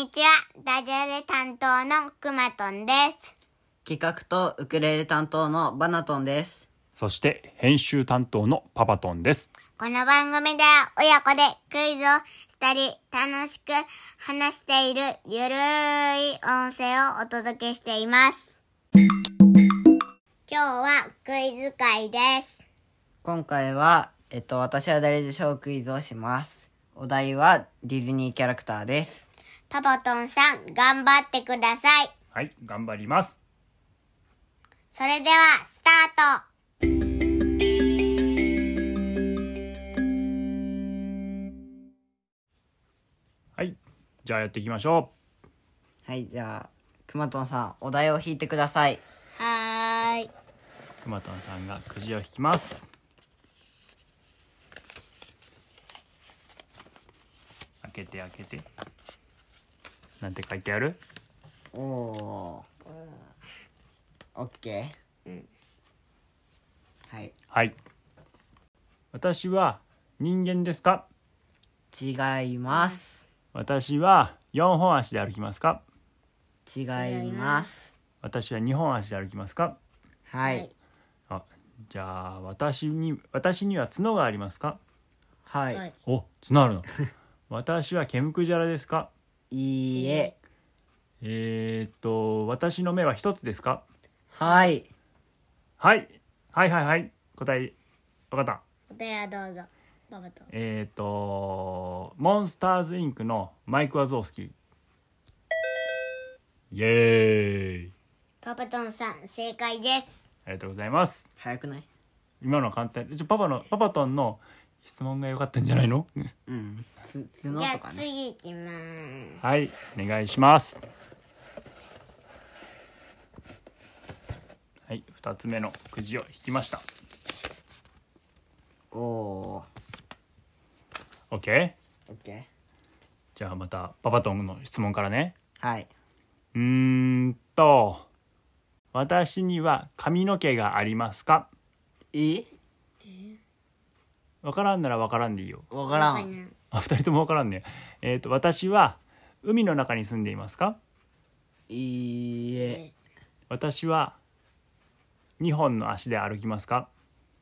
にちは。ダジャレ担当のくまとんです。 企画とウクレレ担当のバナトンです。 そして編集担当のパパトンです。 この番組では親子でクイズをしたり楽しく話しているゆるい音声をお届けしています。今日はクイズ会です。 今回は、私は誰でしょうクイズをします。お題はディズニーキャラクターです。 パパトンさん頑張ってください。 はい、頑張ります。 それではスタート。 はい、じゃあやっていきましょはい、じゃあくまとんさんお題を引いてください。 はーい。 う。くまとんさんがくじを引きます。開けて。なんて書いてある？ おー、オッケー。はい。 はい。私は人間ですか？ 違います。 私は4本足で歩きますか？ 違います。 私は2本足で歩きますか？ はい。 じゃあ私には角がありますか？ はい。 はい。 お、角あるの。私は毛むくじゃらですか？ いいえ。 私の目は一つですか？ はい。 はい。答えわかった。 答えはどうぞ。パパトン。 モンスターズインクのマイク・ワゾースキー。イエーイ。 パパトンさん正解です。 ありがとうございます。 早くない？ 今のは簡単。パパトンの質問が良かったんじゃないの？ うん。角じゃあとかね。 次行きます。 はい、お願いします。はい、2つ目のくじを引きました。 おー、 OK？ オッケー。 じゃあまたパパトンの質問からね。 はい。 私には髪の毛がありますか？わからんならわからんでいいよ。 わからん。 あ、2人ともわからんね。私は海の中に住んでいますか？ いいえ。 私は2本の足で歩きますか？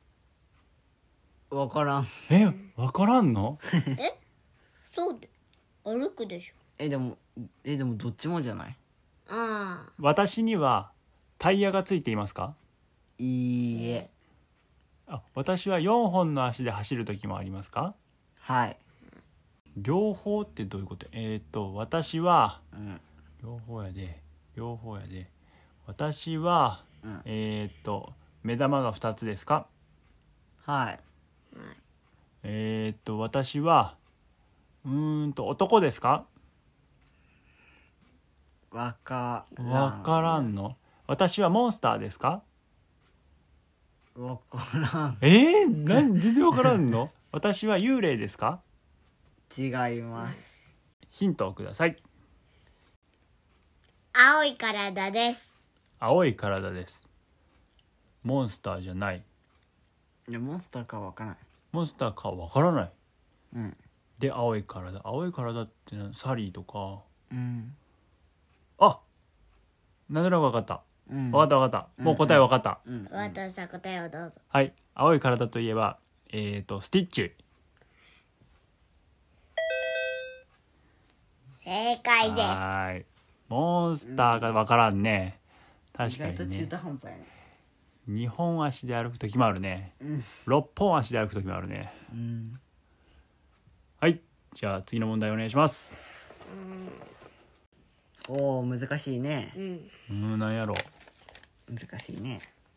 わからん。 わからんの？ そうで歩くでしょ。 でもどっちもじゃない？ ああ。 私にはタイヤがついていますか？ いいえ。 私は4本の足で走る時もありますか？ はい。 両方ってどういうこと？私はうん。 両方やで私は、目玉が2つですか？ はい。 私は男ですか？ わからんの？私はモンスターですか？ わからん。 全然わからんの？私は幽霊ですか？ 違います。 ヒントをください。 青い体です。 青い体です。モンスターじゃない。 モンスターかわからない。 モンスターかわからない。 うんで青い体ってサリーとか。 うんなんとなくわかった。 うんわかった。もう答えわかった。 うんパパトンさん答えをどうぞ。 はい。青い体といえばスティッチ。 正解です。 はーい。モンスターがわからんね。確か意外と中にね。 途半端やね。 2本足で歩く時もあるね。 うん 6本足で歩く時もあるね。 うんはい。じゃあ次の問題お願いします。 おー、難しいね。 なんやろ。 難しいね。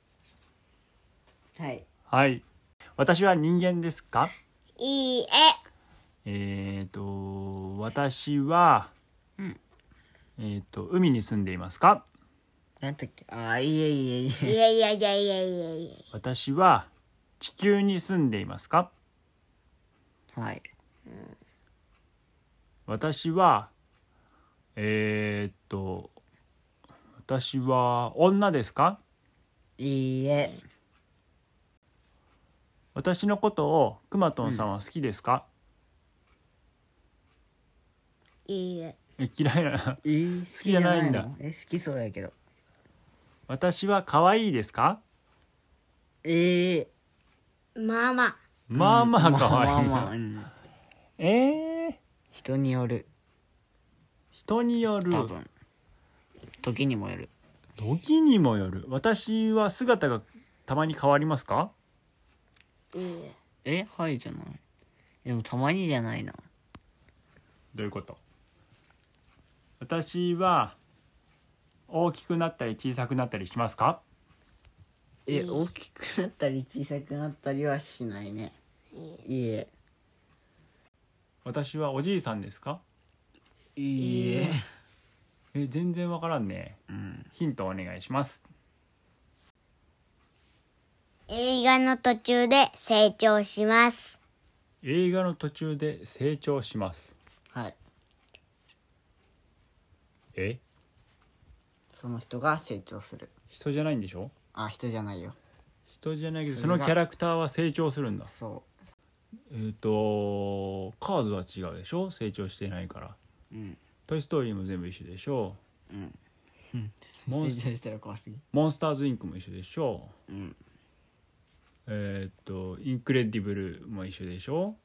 はい。 はい。私は人間ですか？ いいえ。 私は、海に住んでいますか？ なんだっけ。いえ。 いやいやいやいやいやいや。 私は地球に住んでいますか？ はい。 私は私は女ですか？ いいえ。 私のことをくまとんさんは好きですか？ いいえ。 嫌いな好きじゃないんだ。 好きそうやけど。 私は可愛いですか？ まあまあ。 まあまあ可愛いな。 まあまあ、人による。 人による。 多分。時にもよる。 時にもよる。私は姿がたまに変わりますか？ はいじゃない。でもたまにじゃないな。 どういうこと？私は大きくなったり小さくなったりしますか？ 大きくなったり小さくなったりはしないね。いいえ。 私はおじいさんですか？ いいえ。 全然わからんね。ヒントお願いします。 映画の途中で成長します。 映画の途中で成長します。 はい。その人が成長する。 人じゃないんでしょ？ 人じゃないよ。 人じゃないけど、そそれがのキャラクターは成長するんだ。 そカーズは違うでしょ？成長してないから。トイストーリーも全部一緒でしょ？ 成長したら怖すぎ。 モンスターズインクも一緒でしょ？インクレディブルも一緒でしょ？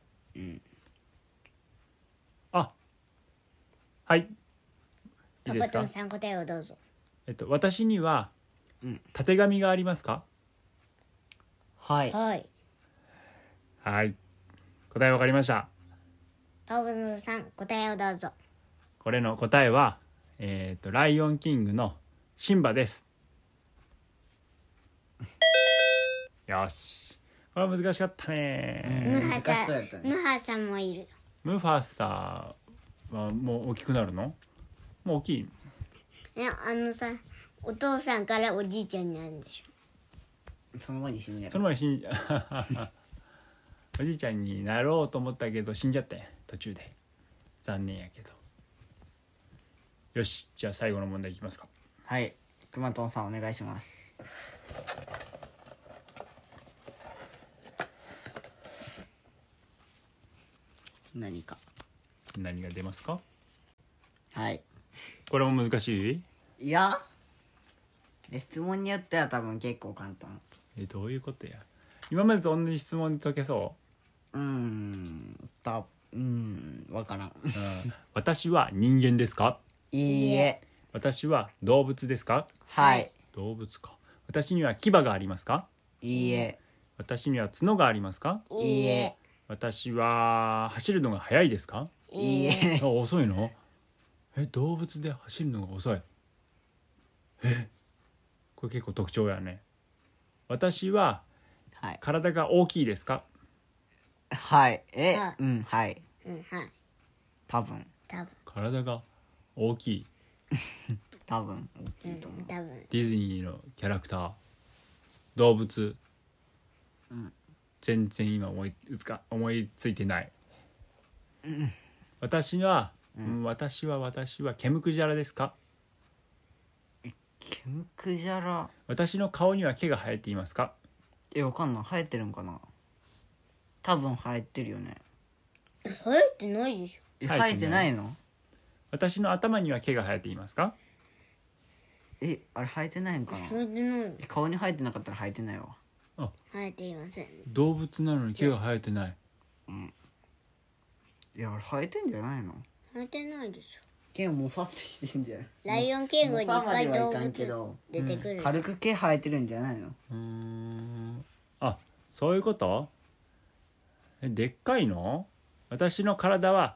はい。いいパですか？ パトンさん答えをどうぞ。 私にはたてがみがありますか？ はい。 はい。 はい。答えわかりました。 パパトンさん答えをどうぞ。 これの答えはライオンキングのシンバです。よし。これは難しかったね。 ムハ難しそうやったさん、 ねムハさんもいる。 ムファサはもう大きくなるの？もう大きい？ さ、お父さんからおじいちゃんになるんでしょ。 その前に死ぬやろ。 その前におじいちゃんになろうと思ったけど死んじゃったよ途中で。残念やけど。よし、じゃあ最後の問題いきますか。 はい。くまとんさんお願いします。何か。 何が出ますか？ はい。 これも難しい？ いや。質問によっては多分結構簡単。 どういうことや？今までと同じ質問で解けそわからん。 私は人間ですか？ いいえ。 私は動物ですか？ はい。 動物か。私には牙がありますか？ いいえ。 私には角がありますか？ いいえ。 私は走るのが速いですか？ いいえ。 遅いの？動物で走るのが遅い。これ結構特徴やね。私ははい。 体が大きいですか？ はい。はい。 はい。 はい。多分。 多分。 体が大きい。 多分。大きいと思う。 多分。 ディズニーのキャラクター、動物、全然今思いついてない。私はケムクジャラですか？ ケムクジャラ。 私の顔には毛が生えていますか？ わかんない。生えてるんかな。多分生えてるよね。 生えてないでしょ。 生えてないの？ 私の頭には毛が生えていますか？ あれ生えてないんかな。 生えてない。 顔に生えてなかったら生えてないわ。 生えていません。 動物なのに毛が生えてない。 あれ生えてんじゃないの？ 生えてないでしょ。 毛もさってしてんじゃない？ ライオンキングにいっぱい動もさまではいかんけ物ど出てくる。 軽く毛生えてるんじゃないの？ そういうこと？でっかいの？私の体は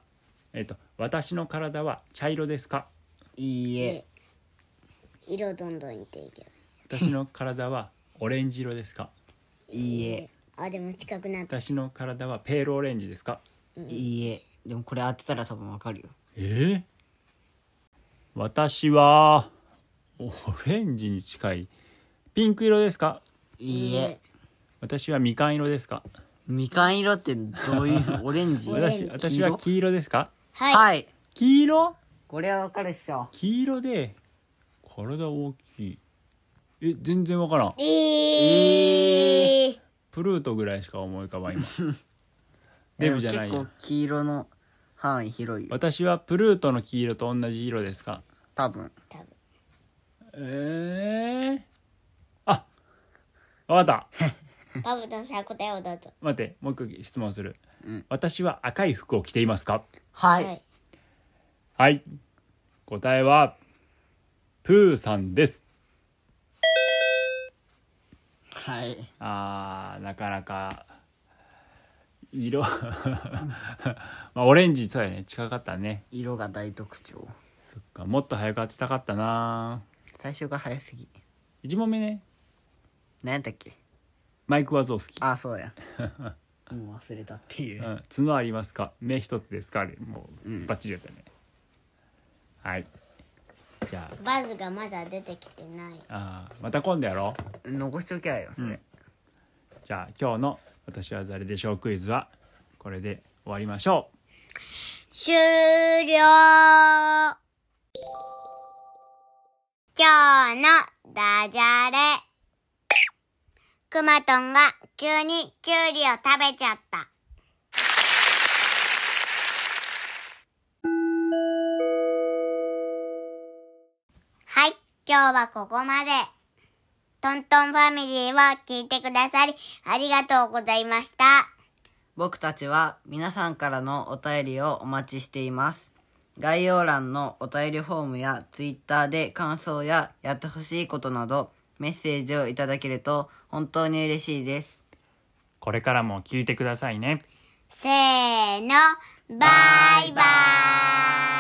茶色ですか？ いいえ。 色どんどんいっていけば。 私の体はオレンジ色ですか？ いいえ。 でも近くなった。 私の体はペールオレンジですか？ いいえ。でもこれ当てたら多分わかるよ。 私はオレンジに近いピンク色ですか？ いいえ。 私はみかん色ですか？ みかん色ってどういうオレンジ？ 私は黄色ですか？ はい。 黄色？ これはわかるっしょ。 黄色で体大きい。全然わからん。プルートぐらいしか思い浮かばん今。デブじゃないや。 結構黄色の範囲広いよ。 私はプルートの黄色と同じ色ですか？ 多分。 あ、わかったバブトンさん答えをどうぞ。 待って、もう一回質問する、 うん、 私は赤い服を着ていますか？ はいはい、答えはプーさんです。 はい。 なかなか色まあオレンジ、そうやね、近かったね。 色が大特徴。 そっか、もっと早く当てたかったな。 最初が早すぎ。 1問目ね、 何やったっけ？ マイク・ワゾースキー。 あ、そうや。もう忘れたっていう。 角ありますか？目一つですか？あれもうバッチリやったね。はい、じゃバズがまだ出てきてない。 また今度やろう。 残しときゃよ、それ。 じゃあ今日の私は誰でしょうクイズはこれで終わりましょう。 終了。今日のダジャレ。くまとんが急にきゅうりを食べちゃった。はい、今日はここまで。トントンファミリーを聞いてくださりありがとうございました。 僕たちは皆さんからのお便りをお待ちしています。概要欄のお便りフォームや Twitter で感想ややってほしいことなどメッセージをいただけると本当に嬉しいです。 これからも聞いてくださいね。 せーの、バイバーイ。